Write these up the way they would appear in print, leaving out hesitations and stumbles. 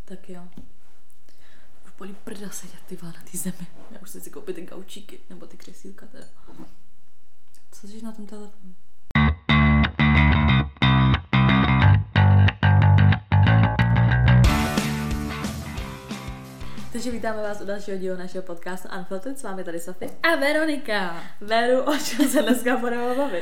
Tak jo. Už bolí prda sedět ty na té zemi. Já už si koupit ty gaučíky, nebo ty křesílka teda. Co jsi na tom telefonu? Takže vítáme vás u dalšího dílu našeho podcastu Unfiltered. S vámi tady Sofie. A Veronika. Veru, o čem se dneska budeme bavit?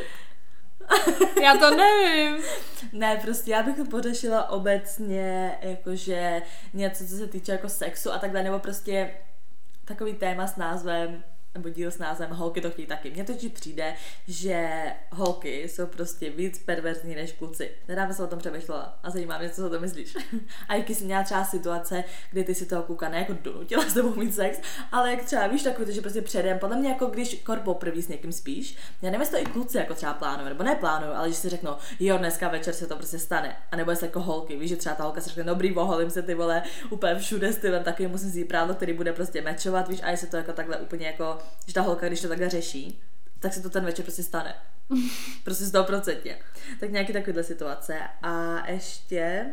Já to nevím. Ne, prostě já bych to pořešila obecně, jakože něco, co se týče jako sexu a tak dále, nebo prostě takový téma s názvem, nebo díl s názvem Holky to chtějí taky. Mně totiž přijde, že holky jsou prostě víc perverzní než kluci. Nedávno jsem o tom přemýšlela a zajímá mě, co o tom myslíš. A jaký jsi měla třeba situace, kdy ty si toho kluka ne jako donutila s tebou mít sex, ale jak třeba víš takový, že prostě předem, podle mě jako když poprvé s někým spíš, já nevím, jestli to i kluci jako třeba plánují, nebo neplánují, ale že si řeknou, jo, dneska večer se to prostě stane. A nebo jestli jako holky, víš, že třeba ta holka si řekne, dobrý, voholím se ty vole úplně všude stylem, taky musím si prádlo, který bude prostě mečovat, víš, a jestli to jako takhle úplně jako, že ta holka, když to takhle řeší, tak se to ten večer prostě stane. Prostě 100%. Tak nějaký takovýhle situace. A ještě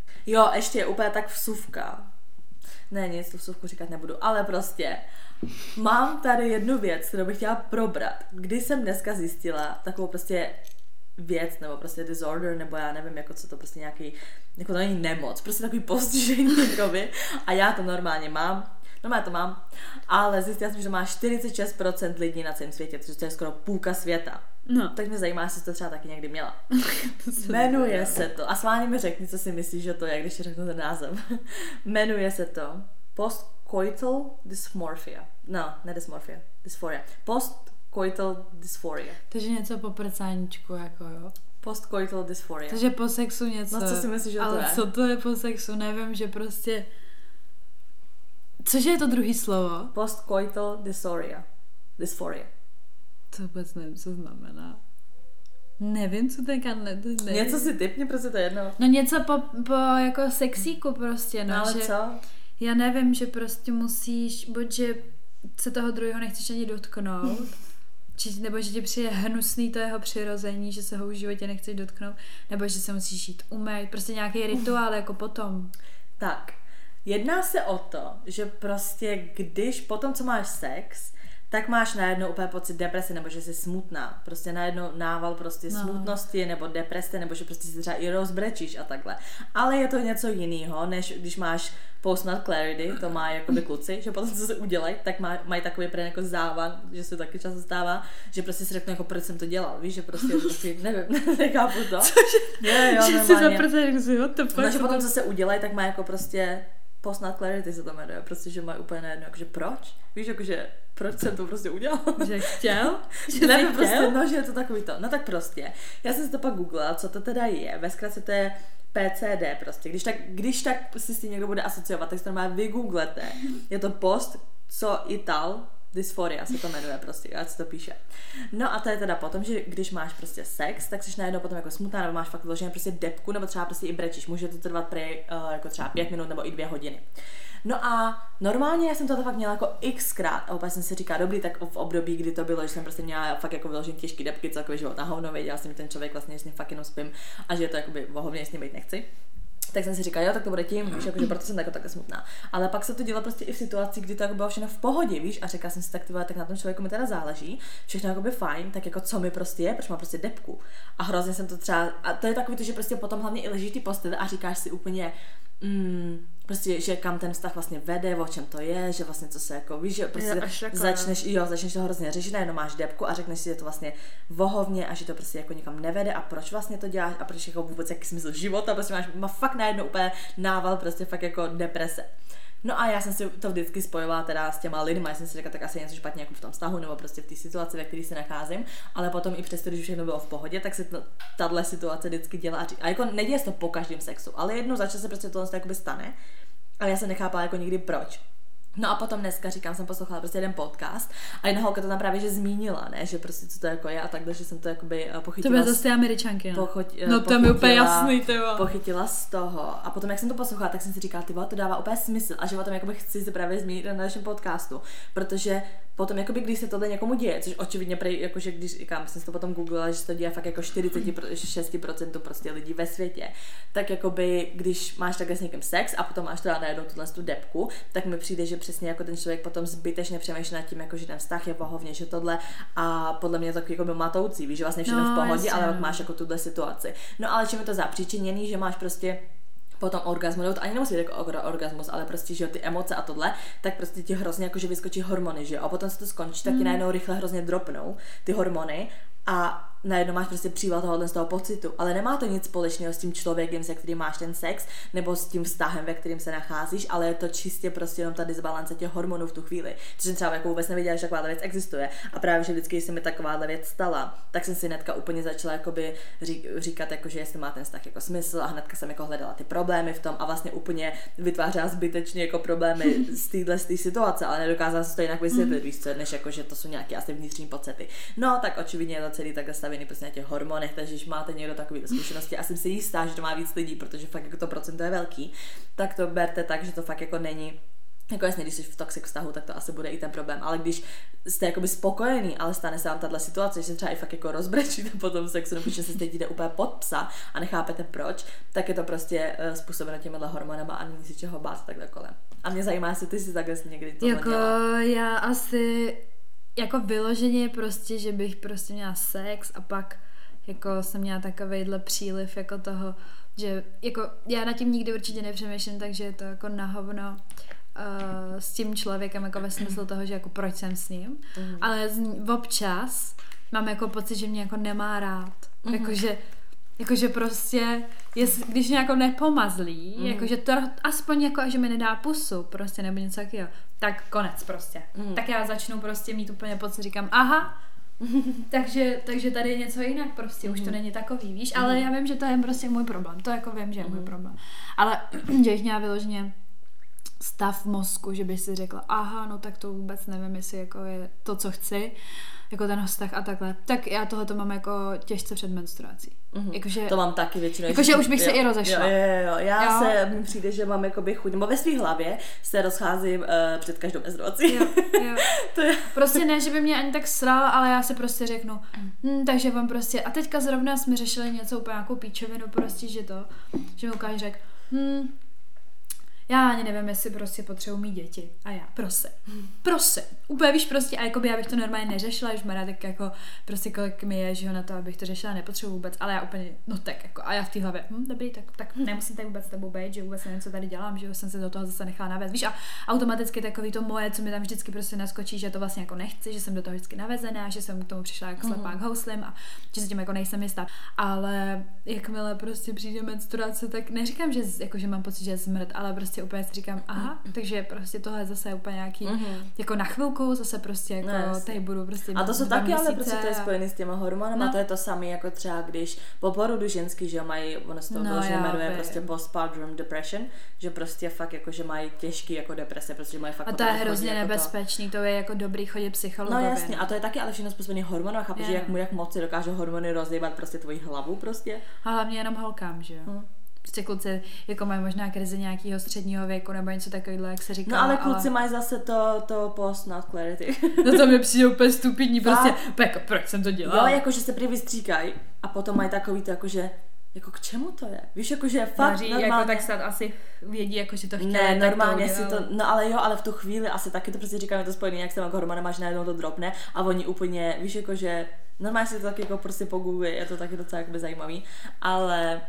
úplně tak vsuvka. Ne, nic, tu vsuvku říkat nebudu, ale prostě mám tady jednu věc, kterou bych chtěla probrat. Když jsem dneska zjistila takovou prostě věc, nebo prostě disorder, nebo já nevím, jako co to prostě nějaký, jako to není nemoc, prostě takový postižení jakoby. A já to normálně mám. No já to mám, ale zjistila jsem, že to má 46% lidí na celém světě, což je skoro půlka světa. No. Tak mě zajímá, jestli to třeba taky někdy měla. Jmenuje se to, a schválně mi řekni, co si myslíš, že to je, když ti řeknu ten název. Jmenuje se to postcoital dysmorphia. No, ne dysmorphia, dysphoria. Postcoital dysphoria. Takže něco po prcáníčku, jako jo. Postcoital dysphoria. Takže po sexu něco. No co si myslíš, že ale to je? Ale co to je po sexu, nevím, že prostě... Cože je to druhý slovo? Postcoital dysphoria. Dysphoria. To vůbec nevím, co znamená. Nevím, co tenka nevím. Něco si typni, prostě to je jedno. No něco po jako sexíku prostě, no. Ale že co? Já nevím, že prostě musíš, buď že se toho druhého nechceš ani dotknout, nebo že ti přijde hnusný to jeho přirození, že se ho v životě nechceš dotknout, nebo že se musíš jít umýt, prostě nějaký rituál jako potom. Tak, jedná se o to, že prostě když potom, co máš sex, tak máš najednou úplně pocit deprese, nebo že jsi smutná. Prostě najednou nával prostě smutnosti, nebo deprese, nebo že prostě si třeba i rozbrečíš a takhle. Ale je to něco jiného, než když máš post-nut clarity, to má jakoby kluci, že potom, co se udělají, tak mají takový prý jako závan, že se taky často stává, že prostě si řeknu, jako proč jsem to dělal, víš, že prostě nevím, nechápu to. Cože? Jo, že si zaprvé no, že potom, co se udělají, tak má jako prostě post-nut clarity se to jmenuje, prostě, že mají úplně najednou, jakože proč? Víš, jakože proč jsem to prostě udělal? Že chtěl? Že nevím, prostě, no, že je to takový to. No tak prostě, já jsem si to pak googlila, co to teda je. Ve zkratce to je PCD prostě. Když tak si s tím někdo bude asociovat, tak si to normálně vygooglete. Je to postcoital dysphoria se to jmenuje prostě, ať se to píše. No a to je teda potom, že když máš prostě sex, tak jsi najednou potom jako smutná, nebo máš fakt vloženě prostě depku, nebo třeba prostě i brečíš. Může to trvat jako třeba 5 minut nebo i 2 hodiny. No a normálně já jsem to fakt měla jako xkrát a úplně jsem si říkala, dobrý, tak v období, kdy to bylo, že jsem prostě měla fakt jako vyloženě těžký depky, celkový život na hovno, věděla jsem, že ten člověk vlastně s ním fakt jenom spím a že je to jakoby vohovně s ním být nechci. Tak jsem si říkala, jo, tak to bude tím, víš, jakože proto jsem takhle smutná. Ale pak se to dělo prostě i v situaci, kdy to jako bylo všechno v pohodě, víš, a řekla jsem si tak, tak na tom člověku mi teda záleží, všechno jakoby fajn, tak jako co mi prostě je, proč má prostě depku. A hrozně jsem to třeba, a to je takový to, že prostě potom hlavně i leží ty postele a říkáš si úplně, prostě, že kam ten vztah vlastně vede, o čem to je, že vlastně co se jako, víš, že prostě začneš to hrozně řešit, najednou máš depku a řekneš si, že to vlastně vohovně a že to prostě jako nikam nevede a proč vlastně to děláš a proč jako vůbec jaký smysl života, prostě má fakt najednou úplně nával, prostě fakt jako deprese. No a já jsem si to vždycky spojovala teda s těma lidma, já jsem si řekla, tak asi něco špatně jako v tom vztahu nebo prostě v té situaci, ve které se nacházím, ale potom i přesto, když všechno bylo v pohodě, tak se tahle situace vždycky dělá a jako neděje se to po každém sexu, ale jednou za čas se prostě tohle jakoby stane, ale já jsem nechápala jako nikdy proč. No a potom dneska, říkám, jsem poslouchala prostě jeden podcast a jedna holka to tam právě že zmínila, ne, že prostě co to jako je a takhle, že jsem to jakoby pochytila. To bylo zase ty Američanky, no. No to mi úplně jasný, tyvo. Pochytila z toho a potom jak jsem to poslouchala, tak jsem si říkala, tyvo, to dává úplně smysl a že o tom jakoby chci se právě zmínit na našem podcastu, protože potom jakoby, když se tohle někomu děje, což očividně prej, jakože když říkám, jsem to potom googlila, že se to děje fakt jako 46% prostě lidí ve světě, tak jakoby, když máš takhle s někým sex a potom máš teda najednou tu depku, tak mi přijde, že přesně jako ten člověk potom zbytečně přemýšlí nad tím, jako že ten vztah je vohovně, že tohle a podle mě to jako byl matoucí, víš, že vlastně všechno v pohodě, jasně. Ale máš jako tuhle situaci. No ale čím je to zapříčiněný, že máš prostě potom orgasmus, nebo to ani nemusí být jako orgasmus, ale prostě, že jo, ty emoce a tohle, tak prostě ti hrozně jako, že vyskočí hormony, že jo, a potom se to skončí, tak ti najednou rychle hrozně dropnou ty hormony a najednou máš prostě příval tohohle z toho pocitu, ale nemá to nic společného s tím člověkem, se kterým máš ten sex, nebo s tím vztahem, ve kterým se nacházíš, ale je to čistě prostě jenom ta disbalance těch hormonů v tu chvíli. Což jsem třeba jako vůbec nevěděla, že taková věc existuje. A právě, že vždycky, když se mi taková věc stala, tak jsem si hnedka úplně začala jakoby říkat, jako, že jestli má ten vztah jako smysl, a hnedka jsem jako hledala ty problémy v tom a vlastně úplně vytvářela zbytečně jako problémy z téhle situace, ale nedokázala se to jinak vysvětlit, víš co, než jako, že to jsou nějaké asi vnitřní pocity. No, tak očividně je to celý takhle stavěný prostě na těch hormonech, takže když máte někdo takový zkušenosti, a jsem si jistá, že to má víc lidí, protože fakt jako to procento je velký, tak to berte tak, že to fakt jako není. Jako jasně, když jsi v toxic vztahu, tak to asi bude i ten problém, ale když jste jakoby spokojený, ale stane se vám tato situace, že se třeba i fakt jako rozbrečíte po tom sexu, nebo že se cítíte úplně pod psa a nechápete proč, tak je to prostě způsobeno těmihle hormonama a není si čeho bát takhle kolem. A mě zajímá, jestli ty si takhle někdy to jako dělala. Já asi jako vyloženě prostě, že bych prostě měla sex a pak jako jsem měla takovejhle příliv jako toho, že jako já nad tím nikdy určitě nepřemýšlím, takže je to jako na hovno s tím člověkem jako ve smyslu toho, že jako proč jsem s ním, ale občas mám jako pocit, že mě jako nemá rád, jakože prostě když mě jako nepomazlí, jakože to aspoň jako, že mi nedá pusu prostě nebo něco takového, tak konec prostě. Tak já začnu prostě mít úplně pocit, říkám aha, takže tady je něco jinak prostě, už to není takový, víš, ale já vím, že to je prostě můj problém, to jako vím, že je můj problém, ale že jich měla vyloženě stav v mozku, že bych si řekla, aha, no tak to vůbec nevím, jestli jako je to, co chci, jako ten vztah a takhle. Tak já tohleto mám jako těžce před menstruací. Jakože, to mám taky většinou. Jakože už bych se i rozešla. Jo. Mi přijde, že mám jakoby chuť, nebo ve svý hlavě se rozcházím před každou menstruací. Jo. To je... Prostě ne, že by mě ani tak sral, ale já si prostě řeknu, takže vám prostě, a teďka zrovna jsme řešili něco úplně nějakou píčovinu, prostě, že mi Lukáš řekl, já ani nevím, jestli prostě potřebuji mít děti. A já, prosím. Úplně víš prostě, a jakoby já bych to normálně neřešila, už má tak jako prostě kolik mi je, že ho na to, abych to řešila, nepotřebuji vůbec, ale já úplně, no tak jako, a já v té hlavě, dobrý, tak nemusím tady vůbec s tebou být, že vůbec nevím, co tady dělám, že jsem se do toho zase nechala navést, víš, a automaticky takový to moje, co mi tam vždycky prostě naskočí, že to vlastně jako nechci, že jsem do toho vždycky navezená, že jsem k tomu přišla jako slepák houslim a že se tím jako nejsem jistá, ale jakmile prostě přijde menstruace, tak neříkám, že jako, že mám pocit, že je smrt, ale prostě úplně si říkám, aha, takže prostě tohle je zase úplně nějaký, jako na chvilku, zase prostě jako tady budu prostě. A to jsou taky, ale prostě to je spojený s těma hormonama, to je to samé jako třeba když po porodu ženský, že mají, ono se to jmenuje prostě postpartum depression, že prostě fakt jako, že mají těžký jako deprese, prostě mají fakt. A to je hrozně nebezpečný, to je jako dobrý chodit psychologové. No jasně, a to je taky ale všechno způsobený hormonama, chápu, že jak moc si dokáže hormony rozhýbat prostě tvoji hlavu prostě. A hlavně jenom holkám, že jo. Prostě kluci jako mají možná krizi nějakého středního věku nebo něco takového, jak se říká. No ale kluci mají zase to post-nut clarity. No to mi přijde úplně stupidní, prostě, jako, proč jsem to dělala? Jo, jakože se prý vystříkají a potom mají takový to jakože, jako k čemu to je? Víš, jakože fakt Maří, normálně. Jako tak snad asi vědí, jako že to chtěli. Ne, normálně si to, no ale jo, ale v tu chvíli asi taky to prostě říkáme to spojený, jak se jako hormony máš najednou to dropne a oni úplně, víš, jakože, normálně si to taky jako prostě pogooglí, je to taky docela jakoby zajímavý, ale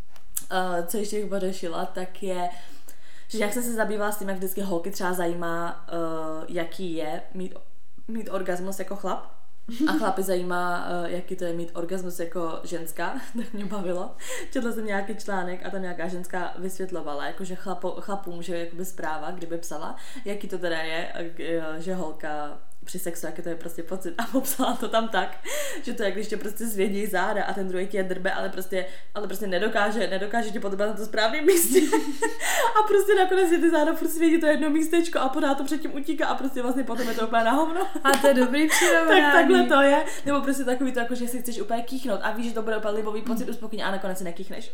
co ještě bych pořešila, tak je, že jak jsem se zabývala s tím, jak vždycky holky třeba zajímá, jaký je mít orgasmus jako chlap. A chlapi zajímá, jaký to je mít orgasmus jako ženská, tak mě bavilo. Četla jsem nějaký článek a tam nějaká ženská vysvětlovala, jakože chlapům, že jakoby zpráva, kdyby psala, jaký to teda je, že holka při sexu, jaký to je prostě pocit, a popsala to tam tak, že to je, když tě prostě zvědí záda a ten druhý tě drbe, ale prostě nedokáže tě podobat na to správném místě. A prostě nakonec je ty záda furt svědí to jedno místečko a podá to předtím utíká a prostě vlastně potom je to úplně na hovno. A to je dobrý přirovnání. Tak takhle to je, nebo prostě takový to, jako, že si chceš úplně kýchnout a víš, že to bude úplně libový pocit uspokojení a nakonec si nekýchneš.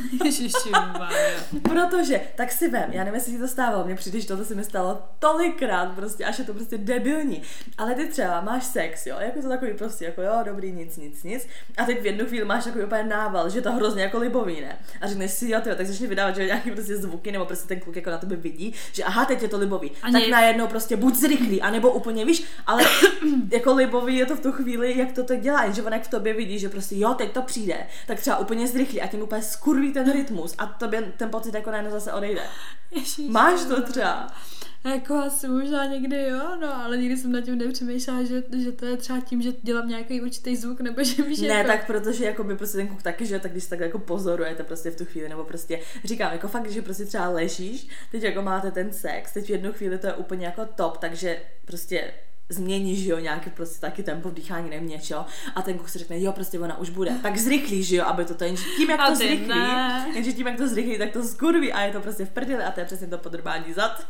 Protože, tak si vem, já nevím, jestli ti to stávalo, mně přijde, že tohle se mi stalo tolikrát prostě, až je to prostě debilní. Ale ty třeba máš sex, jo, jako to takový prostě, jako jo, dobrý, nic. A teď v jednu chvíli máš takový úplně nával, že to hrozně jako libový, ne? A řekneš si, jo, tyjo, tak začneš vydávat, že nějaký prostě zvuky, nebo prostě ten kluk jako na tebe vidí, že aha, teď je to libový. Tak najednou prostě buď zrychlí, anebo úplně víš, ale jako libový je to v tu chvíli, jak to dělá, že on jak v tobě vidí, že prostě jo, teď to přijde, tak třeba úplně zrychlí a tím úplně skurví ten rytmus a tobě ten pocit jako najednou zase odejde. Ježiš, máš to třeba? Jako asi možná někdy jo, no, ale nikdy jsem nad tím nepřemýšlela, že to je třeba tím, že dělám nějaký určitý zvuk, nebo že víš, ne, jako... tak protože jako by prostě ten kluk taky, že tak když tak jako pozorujete prostě v tu chvíli, nebo prostě říkám, jako fakt, že prostě třeba ležíš, teď jako máte ten sex, teď v jednu chvíli to je úplně jako top, takže prostě změníš, jo, nějaký prostě taky tempo dýchání, nevím něčeho, a ten kluk si řekne, jo, prostě ona už bude, tak zrychlíš, jo, aby to jenže tím, jak to zrychlí, tak to skurví a je to prostě v prdeli a to je přesně to podrbání zad.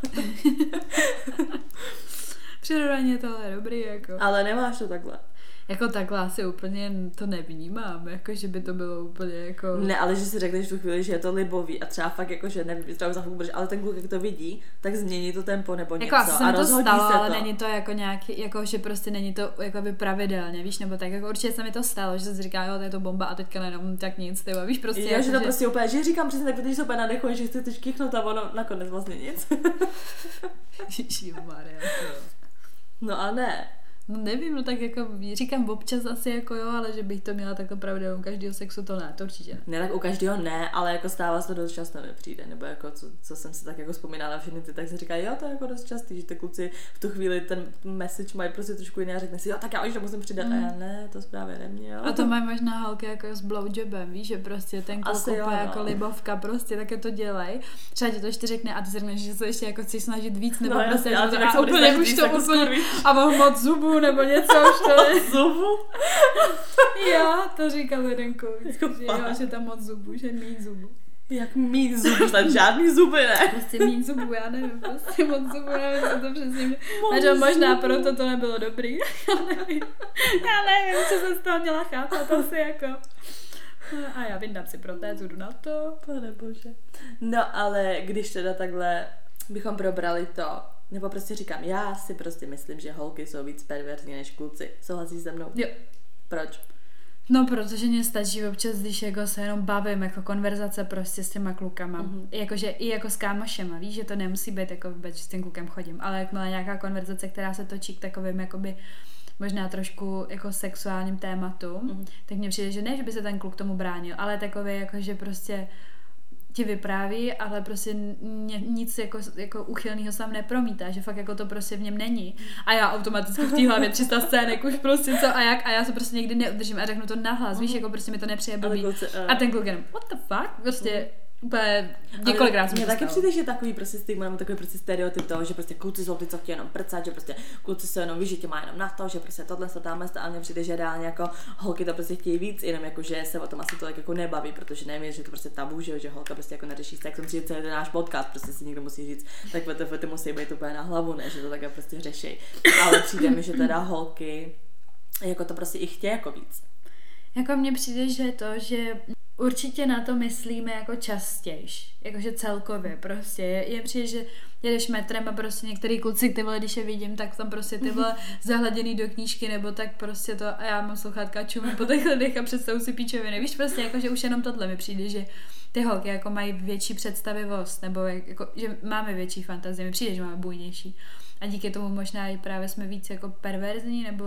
Přirozeně tohle je dobrý, jako. Ale nemáš to takhle. Jako takhle asi úplně to nevnímám, jako že by to bylo úplně jako... Ne, ale že si řekneš v tu chvíli, že je to libový a třeba fakt jako, že nevím, třeba za chvilku, ale ten kluk, jak to vidí, tak změní to tempo nebo něco jako a rozhodí to stalo, se ale to. není to jako nějaký, jako že prostě není to jakoby pravidelně, víš, nebo tak jako určitě se mi to stalo, že se říká, jo, to je to bomba a teďka jenom tak nic, tyba, víš, prostě. Jo, jako, že to prostě úplně, že říkám přesně tak, protože se úplně nadechuje, že chci teď kýchnout a ono nakonec vlastně nic. Ježišmarja. No a ne. No nevím, no tak jako říkám občas asi jako jo, ale že bych to měla takhle pravidelně u každého sexu, to ne, to určitě ne. Ne, tak u každého ne, ale jako stává se to dost často nepřijde, nebo jako co jsem si tak jako vzpomínala všechny ty, tak se říká, jo, to je jako dost častý, že ty kluci v tu chvíli ten message mají prostě trošku jiný a řekne si, jo, tak já už to musím přidat, a já ne, to právě neměl. A to mají možná holky jako s blowjobem, víš, že prostě ten kluk úplně jako libovka, prostě také to dělej. Třeba ti to ještě řekne a ty si řekneš, že se ještě jako chceš snažit víc, nebo no, prostě jasně, a úplně už to úplně a mám moc zubů, nebo něco už to je. Zubu? Jo, to říkal jeden kluk, jako že jo, že tam moc zubů, že mít zubů. Jak mít zubů, tam žádný zuby, ne? Prostě mít zubů, já nevím, prostě moc zubů, nevím, co to přesně. A možná proto to nebylo dobrý. Já nevím, co jsem z toho měla chápat, asi jako. A já vyndám si protézu, jdu na to. Panebože. No ale když teda takhle bychom probrali to, nebo prostě říkám, já si prostě myslím, že holky jsou víc perverzní než kluci. Souhlasíš se mnou? Jo. Proč? No, protože mě stačí občas, když jako se jenom bavím, jako konverzace prostě s těma klukama. Jakože i jako s kámošema, víš, že to nemusí být jako vůbec, že s tím klukem chodím, ale jakmile nějaká konverzace, která se točí k takovým jakoby možná trošku jako sexuálním tématům, tak mně přijde, že ne, že by se ten kluk tomu bránil, ale takový jako, že prostě ti vypráví, ale prostě nic jako uchylného sám nepromítá, že fakt jako to prostě v něm není. A já automaticky v té hlavě 300 scének už prostě co a jak a já se prostě někdy neudržím a řeknu to nahlas, víš, jako prostě mi to nepřijde blbý. A ten kluk jenom, what the fuck? Prostě úplně několikrát jsem mě taky přijde, že takový prostě stigma nebo takový prostě stereotyp toho, že prostě kluci jsou ty, co chtějí jenom prcat, že prostě kluci se jenom ví, že tě má jenom na to, že prostě tohle se tam a mně přijde, že reálně jako holky to prostě chtějí víc, jenom jako že se o tom asi tolik jako nebaví, protože nevím, že to prostě tabu, že holka prostě jako neřeší sex, jsem přijde celý ten náš podcast, prostě si někdo musí říct, tak to musí být úplně na hlavu, ne, že to také prostě řeší. Ale přijde mi, že teda holky jako to prostě i chtějí jako víc. Jako mně přijde, že to, že určitě na to myslíme jako častějš, jakože celkově prostě, je přijde, že jedeš metrem a prostě některý kluci, ty vole, když je vidím, tak tam prostě ty vole zahleděný do knížky, nebo tak prostě to a já mám sluchátka čumím po těch lidech a představu si píčoviny, víš, prostě jakože už jenom tohle mi přijde, že ty holky jako mají větší představivost, nebo jako, že máme větší fantazie, mi přijde, že máme bujnější a díky tomu možná i právě jsme víc jako perverzní, nebo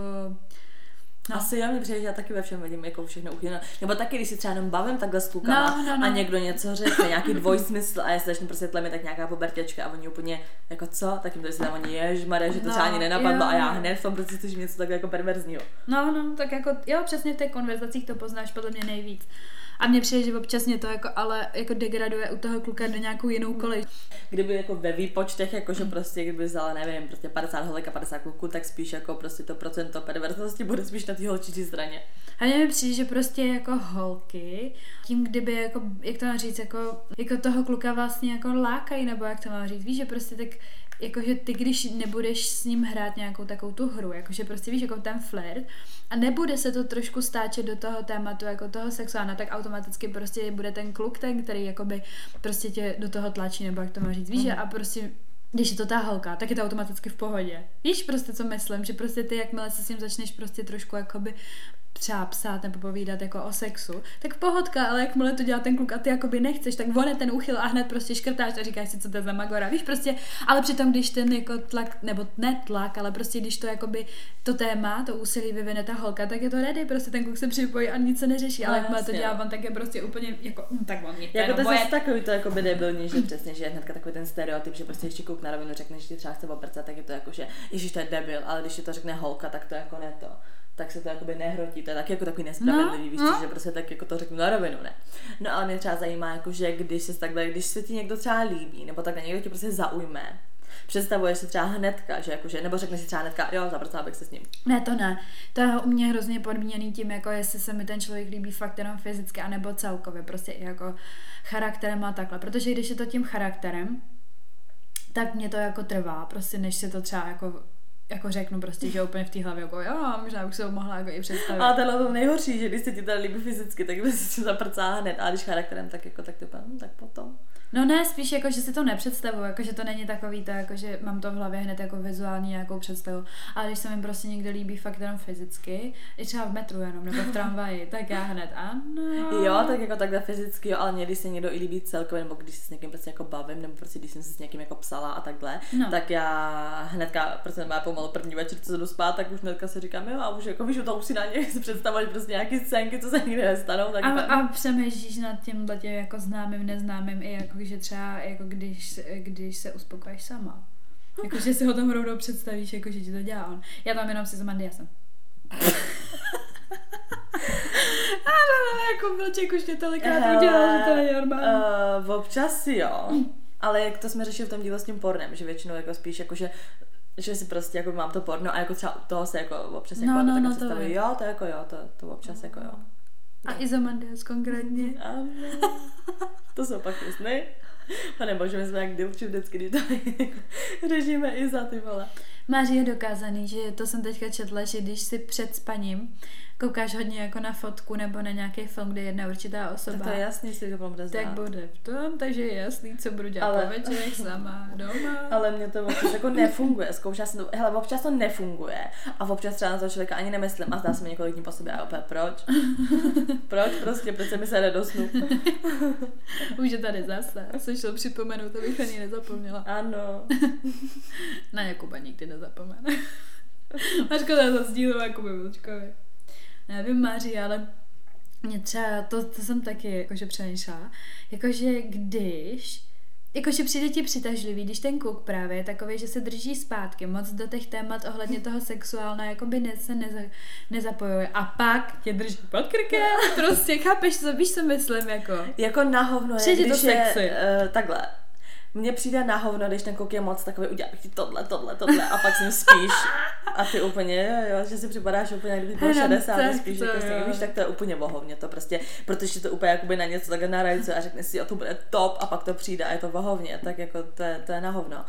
No. Asi jo, mi přijde, že já taky ve všem vidím jako všechno uchylené. Nebo taky, když si třeba jenom bavím takhle s klukama a někdo něco řekne, nějaký dvojsmysl a já se začnu prostě tlemit tak nějaká pobertěčka a oni úplně jako co, tak jim to si tam oni ježmarja, že to třeba ani nenapadlo a já hned v tom prostě slyším něco tak jako perverzního. No, tak jako jo, přesně v těch konverzacích to poznáš podle mě nejvíc. A mně přijde, že občas mě to jako, ale jako degraduje u toho kluka do nějakou jinou kolej. Kdyby jako ve výpočtech, jakože prostě kdyby vzala, nevím, prostě 50 holek a 50 kluků, tak spíš jako prostě to procento perverznosti bude spíš na té holčičí straně. A mně přijde, že prostě jako holky, tím kdyby jako, jak to mám říct, jako toho kluka vlastně jako lákají, nebo jak to mám říct, víš, že prostě tak jakože ty, když nebudeš s ním hrát nějakou takovou tu hru, jakože prostě víš, jako ten flirt a nebude se to trošku stáčet do toho tématu, jako toho sexuálna, tak automaticky prostě bude ten kluk ten, který jakoby prostě tě do toho tlačí, nebo jak to má říct, víš, a prostě když je to ta holka, tak je to automaticky v pohodě. Víš prostě, co myslím, že prostě ty, jakmile se s tím začneš prostě trošku jakoby třeba psát nebo povídat jako o sexu, tak pohodka, ale jakmile to dělá ten kluk a ty jakoby nechceš, tak on je ten úchyl a hned prostě škrtáš a říkáš si, co to je za magora, víš prostě, ale přitom, když ten jako tlak, nebo ne tlak, ale prostě když to jakoby to téma, to úsilí vyvine ta holka, tak je to ready, prostě ten kluk se připojí a nic se neřeší, ale jakmile to dělá on, tak je prostě úplně jako, tak on mě jako to je takový to jakoby debilní, že přesně, že je hnedka takový ten stereotyp, že prostě ještě kluk na rovinu řekne, že ti třeba chce oprcat, tak je to jako, že ježiš, to je debil, ale když ti to řekne holka, tak to jako ne to. Tak se to jakoby nehrotí, to je taky jako takový nespravedlivý, víš, že prostě tak jako to řeknu na rovinu, ne. No ale mě třeba zajímá, jako, že když se ti někdo třeba líbí, nebo takhle někdo tě prostě zaujme, představuješ si třeba hnedka, že jakože, nebo řekneš si třeba hnedka, jo, zapracala bych se s ním. Ne, to ne. To je u mě hrozně podmíněný tím, jako jestli se mi ten člověk líbí fakt jenom fyzicky, anebo celkově, prostě i jako charakterem a takhle. Protože když je to tím charakterem, tak mě to jako trvá, prostě než si to třeba jako řeknu prostě, že úplně v té hlavě, jako jo, možná bych se ho mohla jako i představit. Ale tohle to nejhorší, že když se ti tady líbí fyzicky, tak by si to zaprcá hned, a když charakterem, tak jako tak typa, tak potom. No ne, spíš jako, že si to nepředstavuji, jako, že to není takový to, jako, že mám to v hlavě hned jako vizuální nějakou představu, ale když se mi prostě někdo líbí fakt jenom fyzicky, i třeba v metru jenom, nebo v tramvaji, tak já hned ano. Jo, tak jako takhle fyzicky, jo, ale mě, když se někdo i líbí celkově, nebo když se s někým prostě jako bavím, nebo prostě když jsem se s někým jako psala a takhle, tak já hnedka, prostě má pomalu první večer, co jdu spát, tak už hnedka si říkám, jo, a už jako víš, to usínání si představovat prostě nějaký scénky, co se nikdy nestanou. Tak a přemýšlíš nad tím jako známým, neznámým, i jako, že třeba jako když se uspokojíš sama. Jako, že si ho tam rovnou představíš, jako, že ti to dělá on. Já tam jenom si za Mandiasem. Jako Vlček už mě tolikrát udělal, že to je normální. Občas jo, ale jak to jsme řešili v tom díle s tím pornem, že většinou jako spíš jako, že si prostě jako mám to porno a jako třeba u toho se jako občas jako tak představuji, jo, to jako jo, to občas jako jo. A Izomandias konkrétně. To jsou pak sny. Pane bože, my jsme jak dilči vždycky, když tady řešíme i za ty vole. Máří je dokázaný, že to jsem teďka četla, že když si před spaním koukáš hodně jako na fotku nebo na nějaký film, kde je jedna určitá osoba. Tak to je jasný, si to bude znát. Tak bude v tom, takže je jasný, co budu dělat po večerech sama doma. Ale mě to občas jako nefunguje, zkoušela jsem to, hele, občas to nefunguje a občas třeba na toho člověka ani nemyslím a zdá se mi několik dní po sobě a opět proč? Proč se mi se nedosnu? Už je tady zase, což to připomenout, abych ani nezapomněla. Ano. Na Jakuba nikdy nezapomene. A škoda za sdílu Jakuby Vlčkovi. Nevím, Máří, ale mě třeba, to jsem taky jakože přemýšlela, jakože když, jakože přijde ti přitažlivý, když ten kluk právě je takový, že se drží zpátky, moc do těch témat ohledně toho sexuálna jakoby se nezapojuje a pak tě drží pod krkem, prostě chápeš, co víš, co myslím, jako. Jako na hovno je, když to je takhle. Mně přijde na hovno, když ten kluk je moc takový, udělal bych ti tohle a pak s ním spíš a ty úplně, jo, že si připadáš úplně, kdyby bylo 60 a spíš, jako s víš, tak to je úplně vohovně to prostě, protože to úplně jakoby na něco takhle narajcuje a řekne si, jo, to bude top a pak to přijde a je to vohovně, tak jako to je na hovno.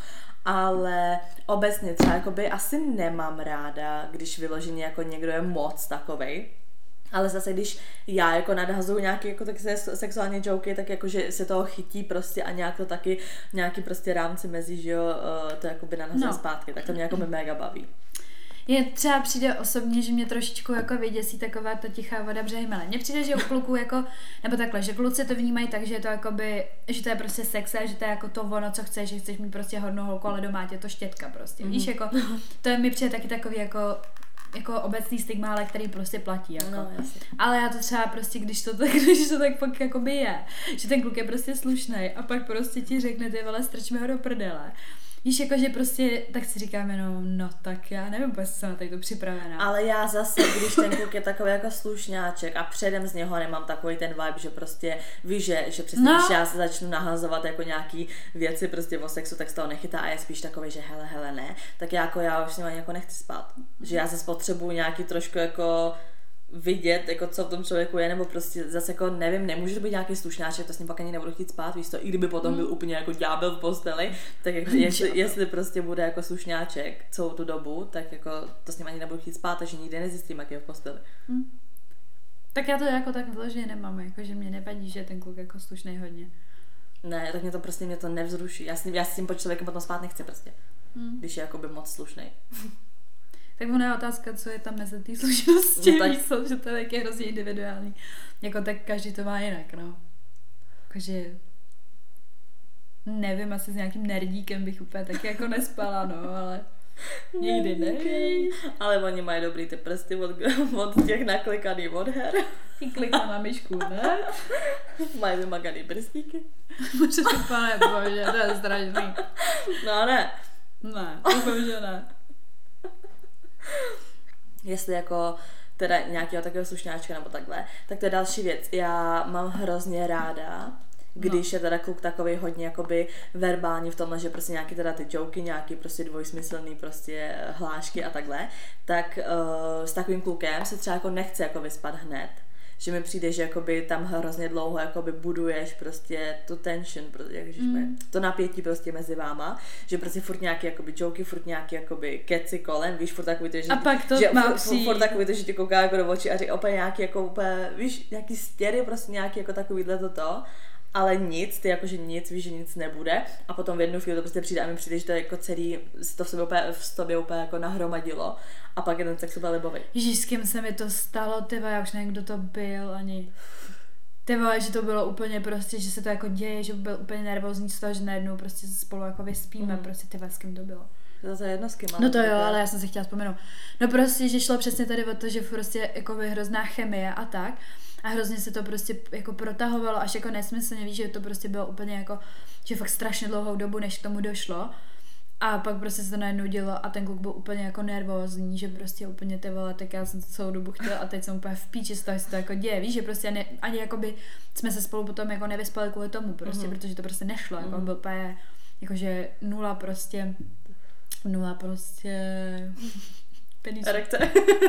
Ale obecně třeba jakoby asi nemám ráda, když vyloženě jako někdo je moc takovej. Ale zase, když já jako nadhazuju nějaký jako tak sexuální joky, tak jako, že se toho chytí prostě a nějak to taky, nějaký prostě rámci mezi, že jo, to jakoby nadhazuje zpátky, tak to mě jako mega baví. Je třeba přijde osobně, že mě trošičku jako vyděsí taková ta tichá voda břehy mele. Mně přijde, že u kluků jako, nebo takhle, že kluci to vnímají tak, že je to jakoby, že to je prostě sex a že to je jako to ono, co chceš, že chceš mít prostě hodnou holku, ale doma tě to štětka prostě. Víš, jako, to je mi přijde taky takový jako obecný stigma, ale který prostě platí, jako. No, ale já to třeba prostě, když to tak pak jakoby je, že ten kluk je prostě slušnej a pak prostě ti řekne, ty vole, strč mi ho do prdele. Víš, jakože prostě, tak si říkám jenom, no tak já nevím, protože jsem na tady to připravená. Ale já zase, když ten kluk je takový jako slušňáček a předem z něho nemám takový ten vibe, že prostě víš, že přesně, když já se začnu nahazovat jako nějaký věci prostě o sexu, tak z toho nechytá a je spíš takový, že hele ne, tak já už s ním ani jako nechci spát. Že já zase potřebuji nějaký trošku jako vidět, jako co v tom člověku je, nebo prostě zase jako nevím, nemůže to být nějaký slušňáček, to s ním pak ani nebudu chtít spát, víš to, i kdyby potom byl úplně jako ďábel v posteli, tak jako jestli prostě bude jako slušňáček celou tu dobu, tak jako to s ním ani nebudu chtít spát, takže nikdy nezjistím, jak je v posteli. Tak já to jako tak vloženě nemám, jako že mě nevadí, že je ten kluk jako slušnej hodně. Ne, tak mě to nevzruší. Já s tím člověkem potom spát nechci prostě. Když je jakoby moc slušnej. Tak ona je otázka, co je tam mezi té slušnosti. No tak... Víš, že to je taky hrozně individuální. Jako tak každý to má jinak, no. Jakože nevím, asi s nějakým nerdíkem bych úplně taky jako nespala, no, ale nikdy nevím. Ale oni mají dobrý ty prsty od těch naklikaný od her. Ty klikla na myšku, ne? Mají vymakaný prstíky. Může to pane bože, to je strašný. No ne. Ne, doufám, že ne. Jestli jako teda nějakého takového slušňáčka nebo takhle, tak to je další věc. Já mám hrozně ráda, když je teda kluk takový hodně jakoby verbální v tom, že prostě nějaký teda ty joky, nějaký prostě dvojsmyslný prostě hlášky a takhle, tak s takovým klukem se třeba jako nechce jako vyspat hned. Že mi přijde, že jakoby tam hrozně dlouho jakoby buduješ prostě tu tension, to napětí prostě mezi váma, že prostě furt nějaký jakoby joky, furt nějaký jakoby keci kolem, víš, furt takový to, že, a pak to že furt takový to, že ti kouká jako do očí a říká úplně nějaký jako úplně, víš, nějaký stěry, prostě nějaký jako takovýhle toto. Ale nic, ty jakože nic, víš, že nic nebude a potom v jednu chvíli to prostě přijde a mi přijde, že to jako celý to v sobě úplně jako nahromadilo a pak jeden sex úplně libový. Ježíš, s kým se mi to stalo, tyva, já už nevím, kdo to byl ani. Tyva, že to bylo úplně prostě, že se to jako děje, že byl úplně nervózní z toho, že najednou prostě spolu jako vyspíme, prostě tyva, s kým to bylo. To je jedno s kým, no to jo, ale já jsem se chtěla vzpomenout. No prostě, že šlo přesně tady o to, že prostě jako hrozná chemie a tak. A hrozně se to prostě jako protahovalo až jako nesmyslně, víš, že to prostě bylo úplně jako, že fakt strašně dlouhou dobu, než k tomu došlo. A pak prostě se to najednou dělo a ten kluk byl úplně jako nervózní, že prostě úplně ty vole, tak já jsem to celou dobu chtěla a teď jsem úplně v píči z toho, se to jako děje, víš, že prostě ani jakoby jsme se spolu potom jako nevyspali kvůli tomu prostě, protože to prostě nešlo, jako byl úplně, jakože nula prostě erekce.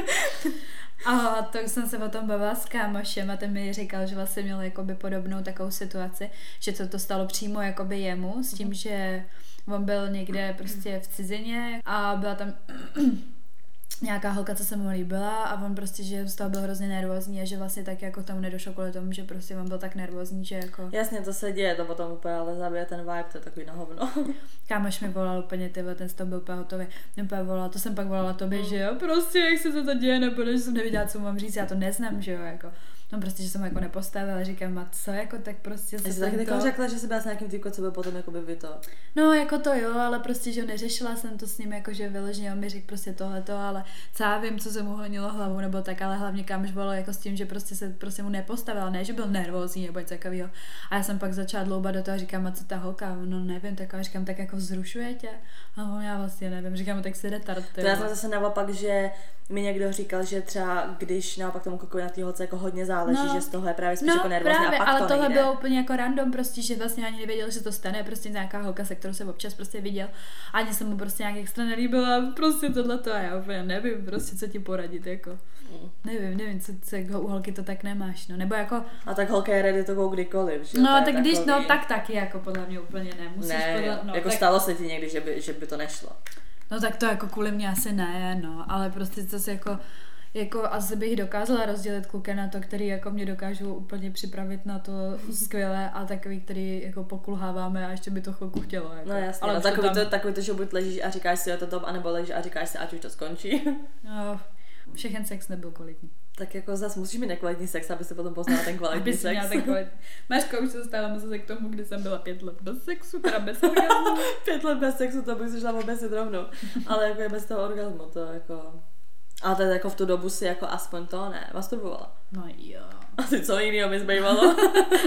A to jsem se o tom bavila s kámošem a ten mi říkal, že vlastně měl jakoby podobnou takovou situaci, že to stalo přímo jakoby jemu s tím, že on byl někde prostě v cizině a byla tam nějaká holka, co se mu líbila a on prostě, že z toho byl hrozně nervózní a že vlastně tak jako tomu nedošlo kvůli tomu, že prostě on byl tak nervózní, že jako... Jasně, to se děje, to potom úplně ale zabije ten vibe, to je takový na hovno. Kámoš mi volal úplně, ten z toho byl úplně hotový. Mě úplně volal, to jsem pak volala tobě, že jo, prostě jak se to děje, nebo že jsem nevěděla, co mám říct, já to neznám, že jo, jako... No prostě, že jsem jako nepostavila, říkám, a co, jako tak prostě se taky to... řekla, že jsi byla s nějakým týpkem, co byl potom jakoby vy to. No, jako to jo, ale prostě, že neřešila jsem to s ním, jako že vyloženě on mi řekl prostě tohleto, ale co já vím, co se mu honilo hlavu, nebo tak, ale hlavně kámoš volal jako s tím, že prostě se prostě mu nepostavila, ne, že byl nervózní nebo něco takového. A já jsem pak začala dloubat do toho a říkám, a co ta holka, no nevím, tak a říkám, tak jako vzrušuje tě? A on, já vlastně nevím, říkám, tak si retard. To já jsem zase naopak, že mi někdo říkal, že třeba když naopak tomu klukovi na té holce jako hodně záleží, že z toho je právě spíš jako nervózní právě, a pak ale to tohle nejde. bylo úplně jako random prostě, že vlastně ani nevěděl, že to stane, prostě nějaká holka, se kterou se občas prostě viděl, ani se mu prostě nějak extra nelíbila, prostě tohleto a já úplně nevím prostě, co ti poradit, jako. Nevím, co u holky to tak nemáš, no, nebo jako... A tak holka je ready to go kdykoliv, že? No, tak když, no, tak taky, jako podle mě úplně nemusíš. Ne, podle, no, jako tak... stalo se ti někdy, že by to nešlo. No tak to jako kvůli mě asi ne, no, ale prostě zase jako asi bych dokázala rozdělit kluky na to, který jako mě dokážou úplně připravit na to skvěle a takový, který jako pokulháváme a ještě by to chvilku chtělo. Jako. No jasně, ale no, takový to, že buď ležíš a říkáš si, jo to top, anebo ležíš a říkáš si, ať už to skončí. No, všechen sex nebyl kvalitní. Tak jako zase musíš mít nekvalitní sex, aby se potom poznala ten kvalitní sex. Mařko, už se dostáváme zase k tomu, kdy jsem byla 5 let bez sexu, teda bez orgazmu. 5 let bez sexu, to bych se šla obesit rovnou. Ale jako je bez toho orgazmu, to jako... Ale teď jako v tu dobu si jako aspoň to masturbovala. No jo. A ty co jinýho mi zbývalo?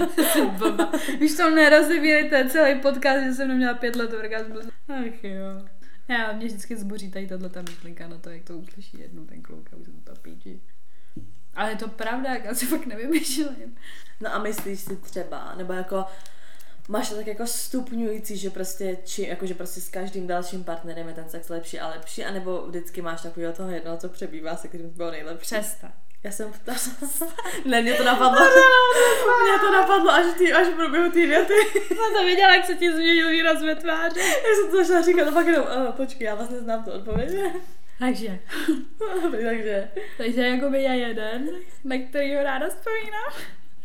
Už to nerozebírejte celý podcast, že jsem neměla 5 let orgazmu. Ach jo. Já mě vždycky zboří tady tato myšlenka na to, jak to uslyší jednou ten kluk a už se to píči. Ale je to pravda, já si fakt nevymýšlím. No a myslíš si třeba, nebo jako máš to tak jako stupňující, že prostě, že prostě s každým dalším partnerem je ten sex lepší a lepší, anebo vždycky máš takového toho jednoho, co přebývá, se kterým bylo nejlepší? Přestaň. Já jsem ptala. Ne, mě to napadlo. Mě to napadlo až v průběhu té věty. Jsem to viděla, jak se ti změnil výraz ve tváři. Já jsem to začala říkat, no pak jenom, počkej, já vlastně znám tu odpověď. Takže. Takže Takže jakoby já jeden, na kterýho ráda vzpomínám.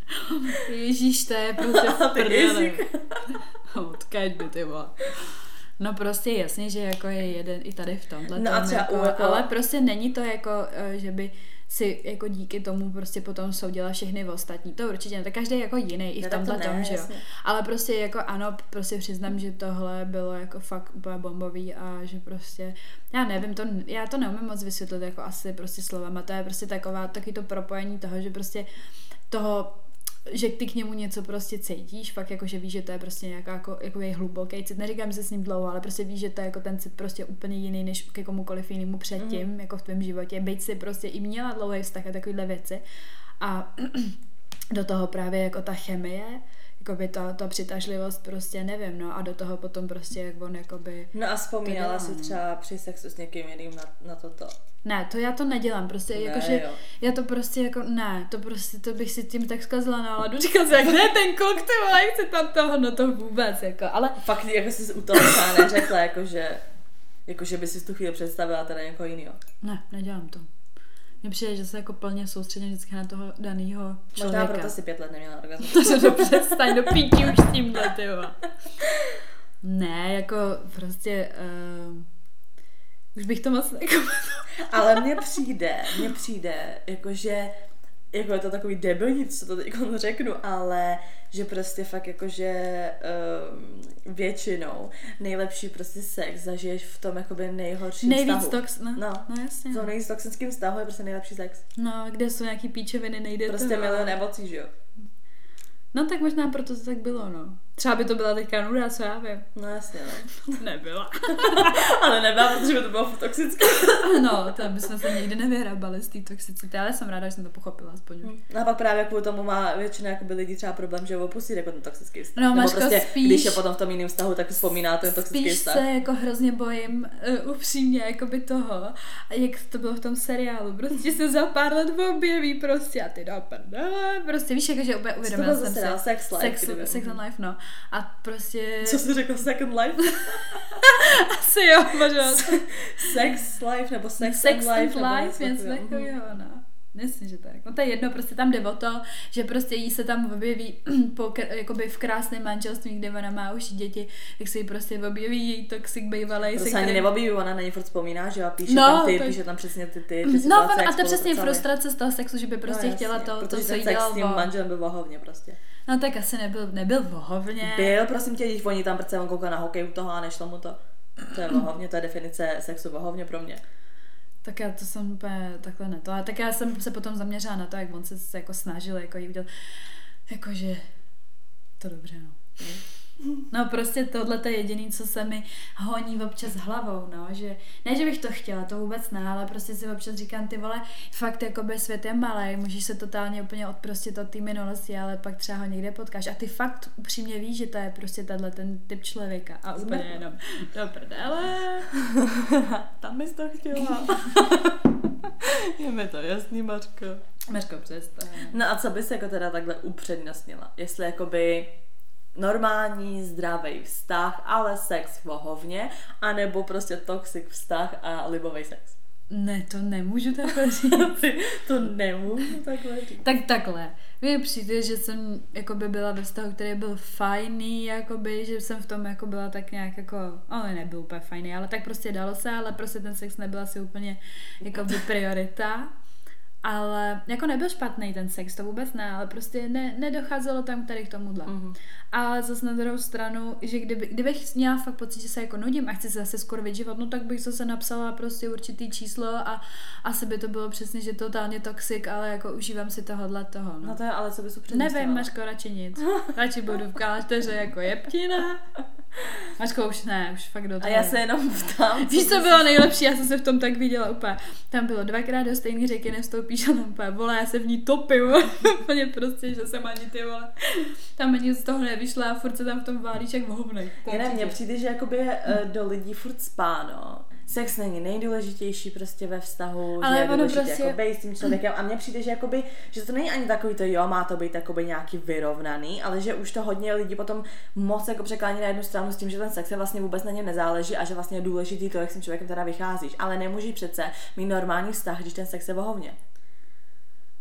Ježíš, to je prostě v prdeli. Odkaď by, ty vole. No prostě jasně, že jako je jeden i tady v tomhle. No a třeba jako, ale prostě není to jako, že by si jako díky tomu prostě potom soudila všechny ostatní. To určitě ne, tak každý jako jiný i v tomhle tom, že jo. Ale prostě jako ano, prostě přiznám, že tohle bylo jako fakt úplně bombový a že prostě, já nevím, já to neumím moc vysvětlit jako asi prostě slovama, to je prostě taky to propojení toho, že prostě toho, že ty k němu něco prostě cítíš, fakt jako, že víš, že to je prostě nějaká jako je hluboký cit, neříkám, že se s ním dlouho, ale prostě víš, že to je jako ten cit prostě úplně jiný, než ke komukoliv jinému předtím, jako v tvém životě, bejt si prostě i měla dlouhý vztah a takovýhle věci a do toho právě jako ta chemie, jakoby ta přitažlivost prostě nevím, no a do toho potom prostě jak on jakoby... No a vzpomínala si třeba při sexu s někým jiným na toto? Ne, to já to nedělám, prostě jakože, já to prostě jako, ne, to bych si tím tak zkazila náladu, říkala si, jak ne, ten kluk, ty vole, chci tam toho, no to vůbec, jako, ale... Fakt, jako jsi u toho třeba neřekla, jakože by si tu chvíli představila teda někoho jinýho. Ne, nedělám to. Mně přijde, že se jako plně soustředím vždycky na toho danýho člověka. Možná proto si 5 let neměla orgasmus. To přestaň, do pítí už s tímhle, ty vole. Ne, jako prostě... Už bych to moc Ale mně přijde, jakože jako je to takový debilní, co to teď řeknu, ale že prostě fakt jakože většinou nejlepší prostě sex zažiješ v tom jakoby nejhorším vztahu. No jasně. V tom nejvíc toxickým vztahu je prostě nejlepší sex. No, kde jsou nějaký píčeviny, nejde prostě to. Prostě milion emocí, že jo? No tak možná proto to tak bylo, no. Třeba by to byla teďka nuda, co já vím. No jasně, no. Nebyla. Ale nebyla, protože by to bylo toxické. No, to bychom se nikdy nevyhrabali z té toxicity, ale jsem ráda, že jsem to pochopila aspoň už. No a pak právě kvůli tomu má většina jakoby lidí třeba problém, že opustí jako ten toxický vztah. No, Maško, prostě, spíš, když je potom v tom jiném vztahu, tak vzpomíná ten toxický vztah. Spíš se jako hrozně bojím upřímně jakoby toho, jak to bylo v tom seriálu. Prostě se za pár let objeví prostě a ty do prdele. Prostě víš, jakože uvědomila jsem se. Sex Life. Sex and Life, no. A prostě... Co jsi řekla, Second Life? Asi jo, možná. Sex Life nebo Sex and Life, něco takového, no. Myslím, že tak. No to je jedno, prostě tam jde o to, že prostě jí se tam objeví jakoby v krásném manželství, kde ona má už děti, tak se jí prostě objeví její toxic bývalej. To se ani neobjeví, ona na ně furt vzpomíná, že jo, píše tam přesně ty no, a to je přesně frustrace z toho sexu, že by prostě chtěla to, co jí dělal. Protože ten sex s tím manželem byl vohovně prostě. No tak asi nebyl vohovně. Byl, prosím tě, oni tam prostě on koukal na hokej u toho a nešlo mu to. To je vohovně, to je definice sexu vohovně pro mě. Tak já to jsem úplně takhle ne to. A tak já jsem se potom zaměřila na to, jak on se jako snažil jako jí udělat, jakože to dobře, no. No prostě tohle je jediný, co se mi honí občas hlavou, no, že ne, že bych to chtěla, to vůbec ne, ale prostě si občas říkám, ty vole, fakt jakoby svět je malej, můžeš se totálně úplně odprostit od té minulosti, ale pak třeba ho někde potkáš a ty fakt upřímně víš, že to je prostě tenhle ten typ člověka a úplně jenom do prdele. Tam bys to chtěla. Je mi to jasný, Mařko. Mařko, přestaň. No a co bys jako teda takhle upřednostnila? Jestli jakoby normální, zdravý vztah, ale sex vohovně, anebo prostě toxic vztah a libový sex. Ne, to nemůžu takhle říct. To nemůžu takhle říct. Tak takhle. Mně přijde, že jsem jakoby byla ve vztahu, který byl fajný, jakoby, že jsem v tom jako byla tak nějak jako, ale nebyl úplně fajný, ale tak prostě dalo se, ale prostě ten sex nebyl asi úplně jakoby priorita. Ale jako nebyl špatný ten sex, to vůbec ne, ale prostě nedocházelo tam tady k tomuhle. Mm-hmm. Ale zase na druhou stranu, že kdybych měla fakt pocit, že se jako nudím a chci se zase skorvit život, no tak bych zase napsala prostě určitý číslo a asi by to bylo přesně, že totálně toxic, ale jako užívám si toho. No to je, ale co bys upřednostila? Nevím, Mařko, radši nic. Radši budu v klášteře jako jeptina. Mařko, už ne, už fakt do toho. A já se jenom ptám. Víš, co bylo nejlepší? Já jsem se v tom tak viděla úplně. Tam bylo 2krát do stejné řeky nevstoupíš a tam úplně, vole, já se v ní topím. Úplně prostě, že jsem ani ty vole. Tam ani z toho nevyšla a furt se tam v tom válíš jak hovnej. Ne, mně přijde, že jakoby do lidí furt spáno. Sex není nejdůležitější prostě ve vztahu, ale že je důležitý prostě... jako být s tím člověkem a mně přijde, že jakoby, že to není ani takový to jo, má to být jakoby nějaký vyrovnaný, ale že už to hodně lidí potom moc jako překlání na jednu stranu s tím, že ten sex je vlastně vůbec na něm nezáleží a že vlastně je důležitý to, jak s tím člověkem teda vycházíš, ale nemůžeš přece mít normální vztah, když ten sex je vohovně.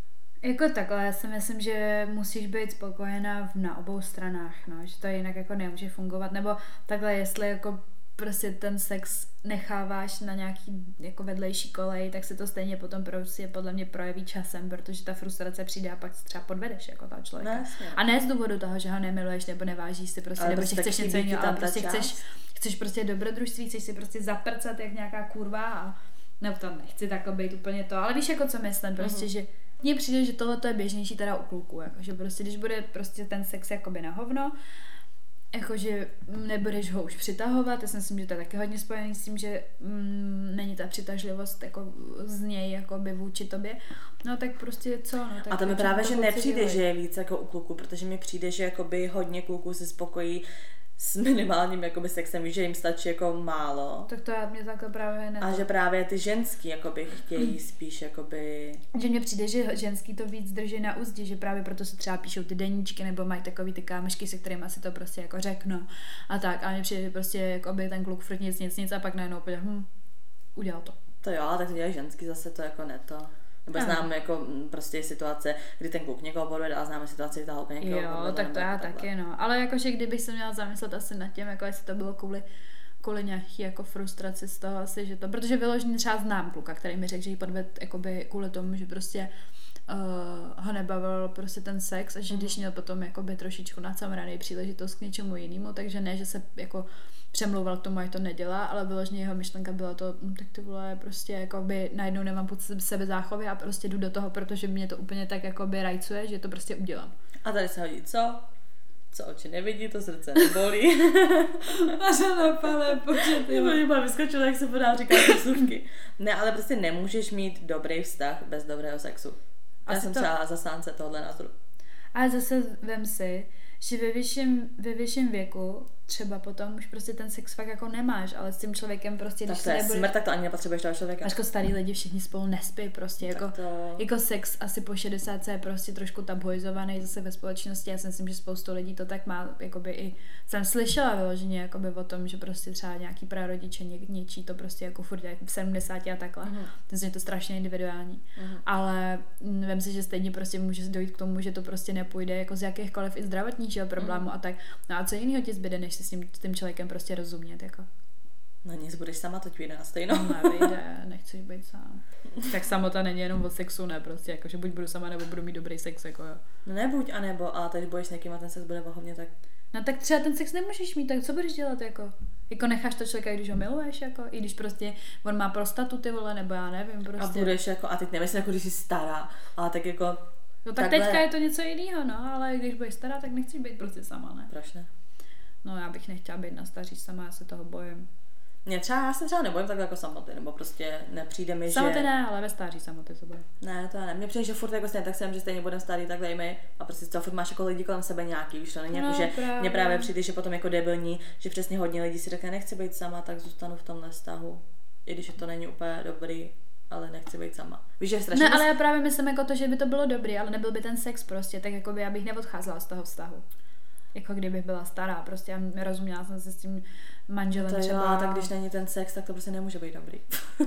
Jako takhle, já si myslím, že musíš být spokojená na obou stranách, no, že to jinak jako nemůže fungovat, nebo takhle, jestli jako prostě ten sex necháváš na nějaký jako vedlejší kolej, tak se to stejně potom prostě podle mě projeví časem, protože ta frustrace přijde a pak třeba podvedeš jako toho člověka. No, a ne z důvodu toho, že ho nemiluješ nebo nevážíš si prostě, nebo že chceš něco jiného, ale prostě chceš prostě dobrodružství, chceš si prostě zaprcat jak nějaká kurva a nebo to nechci takhle být úplně to, ale víš jako co myslím, prostě, že mně přijde, že tohle je běžnější teda u kluků, jako, že prostě když bude prostě ten sex jakoby na hovno, jakože nebudeš ho už přitahovat, já si myslím, že to je taky hodně spojený s tím, že není ta přitažlivost jako z něj jakoby vůči tobě, no tak prostě co, no. Tak a to mi právě, že nepřijde, že je víc jako u kluků, protože mi přijde, že jakoby hodně kluků se spokojí s minimálním jakoby sexem, že jim stačí jako málo. Tak to já mě takhle právě ne. A že právě ty ženský jakoby chtějí spíš jakoby... Že mně přijde, že ženský to víc drží na úzdě, že právě proto se třeba píšou ty deníčky nebo mají takový ty kámešky, se kterými si to prostě jako řeknou a tak. A mně přijde, že prostě jakoby ten kluk furt nic a pak najednou úplně udělal to. To jo, tak to dělají ženský, zase to jako ne to. Nebo známe jako prostě situace, kdy ten kluk někoho podvede a známe situaci, kdy ta holka někoho podvede. Jo, tak to já taky, no. Ale jakože kdybych se měla zamyslet asi nad tím, jako jestli to bylo kvůli nějaký jako frustraci z toho asi, že to, protože vyloženě třeba znám kluka, který mi řekl, že jí podved jakoby kvůli tomu, že prostě ho nebavil prostě ten sex a že když měl potom jakoby trošičku nacamranej příležitost k něčemu jinému, takže ne, že se jako přemlouval k tomu, ať to nedělá, ale vyloženě jeho myšlenka byla to, tak ty vole, prostě jakoby najednou nemám pod sebe záchovy a prostě jdu do toho, protože mě to úplně tak jakoby rajcuje, že to prostě udělám. A tady se hodí co? Co oči nevidí, to srdce nebolí. A se napale, počet. Nebo vyskočila, jak se podá říkat přesuvky. Ne, ale prostě nemůžeš mít dobrý vztah bez dobrého sexu. Já jsem třeba zastánce tohle názoru. Ale zase vem si, že ve vyšším věku třeba potom už prostě ten sex fakt jako nemáš, ale s tím člověkem prostě... Tak to je smrt, tak to ani nepotřebuješ toho člověka. Jako starý lidi všichni spolu nespí prostě, jako sex asi po 60 je prostě trošku tabuizovaný zase ve společnosti, já si myslím, že spoustu lidí to tak má, jakoby i jsem slyšela vyloženě jakoby o tom, že prostě třeba nějaký prarodiče něčí to prostě jako furt jak v 70 a takhle, takže je to strašně individuální, ale vem si, že stejně prostě může dojít k tomu, že to prostě nepůjde jako z jakýchkoliv i zdravotního problému a tak, no a co jiného ti zbyde, než si s tím člověkem prostě rozumět, jako. No nic, budeš sama, to ti vyjde na stejno. Nevyjde, nechceš být sám. Tak samota není jenom o sexu, ne, prostě, jako, že buď budu sama, nebo budu mít dobrý sex, jako jo. No nebuď, anebo, ale teď budeš s někým a ten sex bude vohovně, tak... No tak třeba ten sex nemůžeš mít, tak co budeš dělat, jako? Jako necháš to člověka, když ho miluješ, jako? I když prostě on má prostatu, ty vole, nebo já nevím, prostě. A budeš jako, a teď nemyslím, jako když jsi stará, ale tak jako... No tak takhle... teďka je to něco jiného, no, ale když budeš stará, tak nechceš být prostě sama, ne? Proč ne? No já bych nechtěla být na staří sama, já se toho bojím. Já se třeba nebojím takhle jako samoty, nebo prostě nepřijde mi, samoty ne, ale ve stáří samoty se bojím. Ne, to ne. Mně přijde, že furt jako stejně, tak jsem, že stejně budem starý, tak dej mi a prostě co, furt máš jako lidi kolem sebe nějaký, víš, to není jako, že mně právě přijde, že potom jako debilní, že přesně hodně lidí si řekne, nechci být sama, tak zůstanu v tomhle vztahu, i když to není úplně dobrý, ale nechci být sama. Víš, že je strašně... Ne, ale já právě myslím jako to, že by to bylo dobrý, ale nebyl by ten sex prostě, tak jako by já bych neodcházela z toho vztahu. Jako kdybych byla stará, prostě já rozuměla jsem se s tím manželem to třeba. Jo, tak když není ten sex, tak to prostě nemůže být dobrý.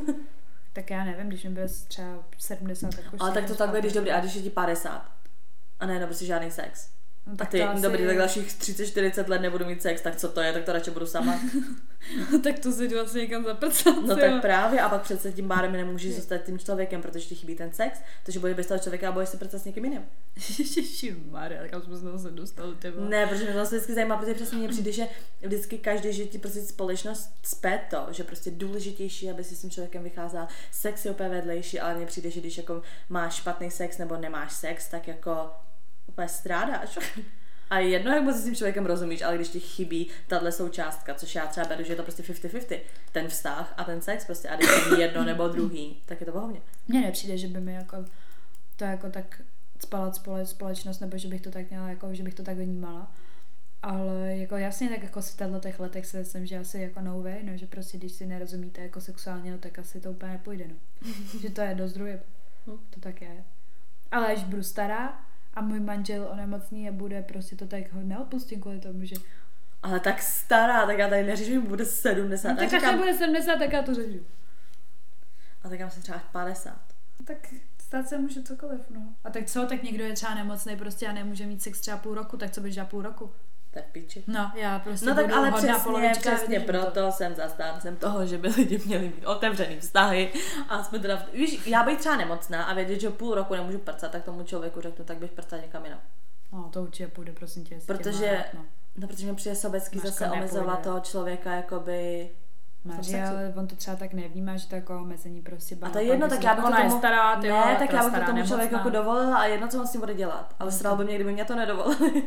Tak já nevím, když mi bylo třeba 70, tak už... Ale tak to takhle, když dobrý, a když je ti 50 a ne, prostě žádný sex. No, tak ty, asi... dobrý, tak dalších 30-40 let nebudu mít sex, tak co to je, tak to radši budu sama. Tak to si jdu asi někam zaprcat. No tak právě, a pak přece tím pádem nemůžeš zůstat tím člověkem, protože ti chybí ten sex, takže budeš bez toho člověka a budeš se prcat s někým jiným. Ježišmarja, tak jsme se zase dostali, tyvo. Ne, protože mě to vždycky zajímá, protože přesně mně přijde, že vždycky každý, že ti prostě společnost cpe to, že prostě důležitější, aby si s tím člověkem vycházela, sex je úplně vedlejší, ale mně přijde, že když jako máš špatný sex nebo nemáš sex, tak jako úplně strádáš. A je jedno, jak moc s tím člověkem rozumíš, ale když ti chybí tahle součástka, což já třeba beru, že je to prostě 50-50, ten vztah a ten sex prostě, a když chybí jedno nebo druhý, tak je to bohovně. Mně nepřijde, že by mi jako to jako tak spala společnost, nebo že bych to tak měla, jako, že bych to tak vnímala. Ale jako jasně, tak jako v těch letech se myslím, že asi jako no way, no, že prostě když si nerozumíte jako sexuálně, no, tak asi to úplně nepůjde, no. Že to je dost druhé. To tak je. Ale až budu stará a můj manžel onemocní a bude prostě to tak ho neodpustím kvůli tomu, že... Ale tak stará, tak já tady neříšu, že mu bude 70. No, tak až bude 70, tak já to řežu. A tak já jsem třeba 50. Tak Stát se může cokoliv, no. A tak co, tak někdo je třeba nemocný prostě a nemůže mít sex třeba půl roku, tak co budeš dělat půl roku? Tak píči. No, já prostě no tak budu ale hodná polovička. přesně proto jsem zastáncem toho, že by lidi měli mít otevřený vztahy a jsme teda, víš, já bych třeba nemocná a vědět, že půl roku nemůžu prcat, tak tomu člověku řeknu, tak bych prcat někam jinam. No, to určitě půjde, prosím tě. Protože mě přijde sobecký zase omezovat toho člověka, jakoby... Máři, ale on to třeba tak nevnímá, že to jako omezení prostě a to je jedno, tak já bych to tomu... stará, ne, tak já bych to tomu člověku jako dovolila a jedno, co on s tím bude dělat. Ale sral by mě, kdyby mě to nedovolili.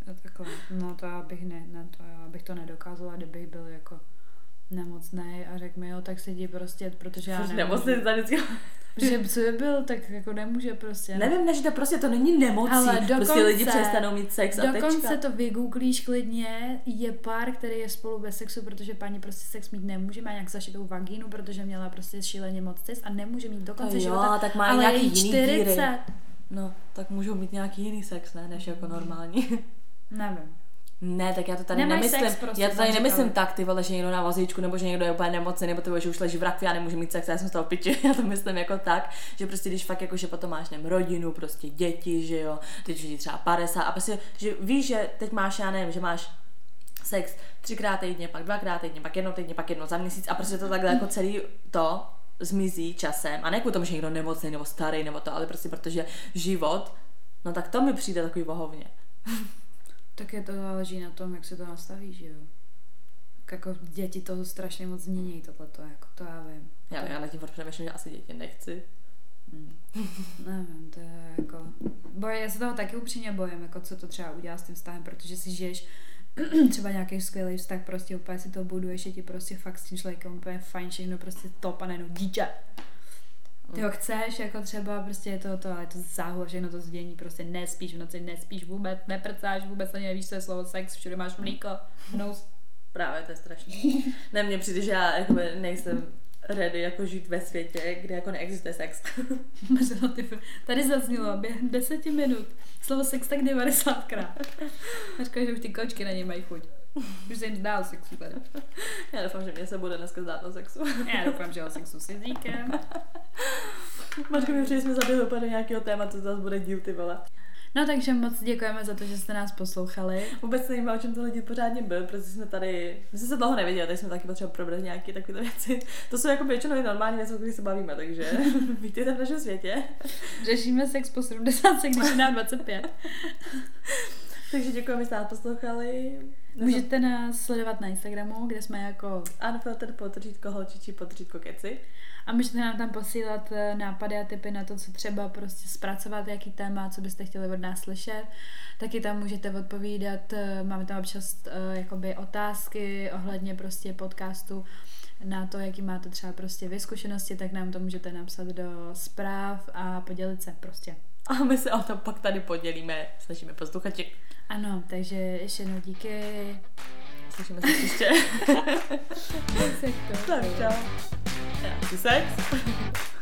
No to já bych to nedokázala, kdybych byl jako nemocnej a řekl mi, jo, tak sedí prostě, protože já nemůžu. Nemocnej za vždycky. Protože co by byl, tak jako nemůže prostě. Nevím, než to prostě to není nemocí. Ale prostě lidi přestanou mít sex a tečka. Dokonce to vygooglíš klidně, je pár, který je spolu bez sexu, protože paní prostě sex mít nemůže, má nějak zašitou vagínu, protože měla prostě šíleně moc cest a nemůže mít dokonce života. Tak má ale nějaký jiný 40. díry. No, tak můžou mít nějaký jiný sex, ne, než jako normální. Nevím. Ne, tak já to tady nemyslím. Prostě, já to tady nemyslím tak, ty vole, že někdo na vozíčku, nebo že někdo je úplně nemocný, nebo ty, že už leží v rakvi a nemůže mít sex, já jsem z toho piči. Já to myslím jako tak, že prostě když fakt jako, že potom máš nevím, rodinu, prostě děti, že jo, teď už je třeba 50 a prostě, že víš, že teď máš, já nevím, že máš sex 3x týdně, pak 2x týdně, pak jednou týdně, pak jednou za měsíc a prostě to takhle jako celý to zmizí časem a ne kvůli tomu, že někdo nemocný nebo starý nebo to, ale prostě protože život, no tak to mi přijde takový vohovně. Tak je to záleží na tom, jak se to nastaví, že jo. Jako děti toho strašně moc změní tohleto, jako to já vím. Já na tím furt přemýšlím, že asi děti nechci. Nevím, to je jako... Já se toho taky upřímně bojím, jako co to třeba udělá s tím vztahem, protože si žiješ třeba nějaký skvělý vztah, prostě úplně si to buduješ, je ti prostě fakt s tím člověkem úplně fajn, všechno prostě top a nejenom dítě. Ty ho chceš, jako třeba prostě je to záhula, všechno to zdění, prostě nespíš v noci, nespíš vůbec, neprcáš vůbec, ani nevíš, co je slovo sex, všude máš mlíko, hnus. Právě, to je strašný. Ne, mně přijde, že já jako nejsem ready jako žít ve světě, kde jako neexistuje sex. Tady zaznělo během 10 minut slovo sex tak 90krát. Říká, že už ty kočky na něj mají chuť. Už se jim zdá o sexu tady. Já doufám, že mě se bude dneska zdát o sexu. Já doufám, že o sexu s Jindříkem. Mačko, my přijde jsme zabili úplně do nějakého tématu, co zase bude díl, ty vole. No takže moc děkujeme za to, že jste nás poslouchali. Vůbec nevíme, o čem to lidi pořádně byl, protože jsme tady, my jsme se dlouho nevěděli, tak jsme taky potřeba probrat nějaké takové věci. To jsou jako většinou normální věci, o kterých se bavíme, takže vítejte v našem světě. Řešíme sex po 70, když je nám 25. Takže děkujeme, že jste nás poslouchali. Můžete nás sledovat na Instagramu, kde jsme jako _holčičí_keci. A můžete nám tam posílat nápady a tipy na to, co třeba prostě zpracovat, jaký téma, co byste chtěli od nás slyšet. Taky tam můžete odpovídat, máme tam občas jakoby otázky ohledně prostě podcastu na to, jaký máte třeba prostě vy zkušenosti, tak nám to můžete napsat do zpráv a podělit se prostě. A my se o tom pak tady podělíme s našimi posluchači. Ano, takže ještě jednou díky. Slyšíme se příště. Tak čau. Sex.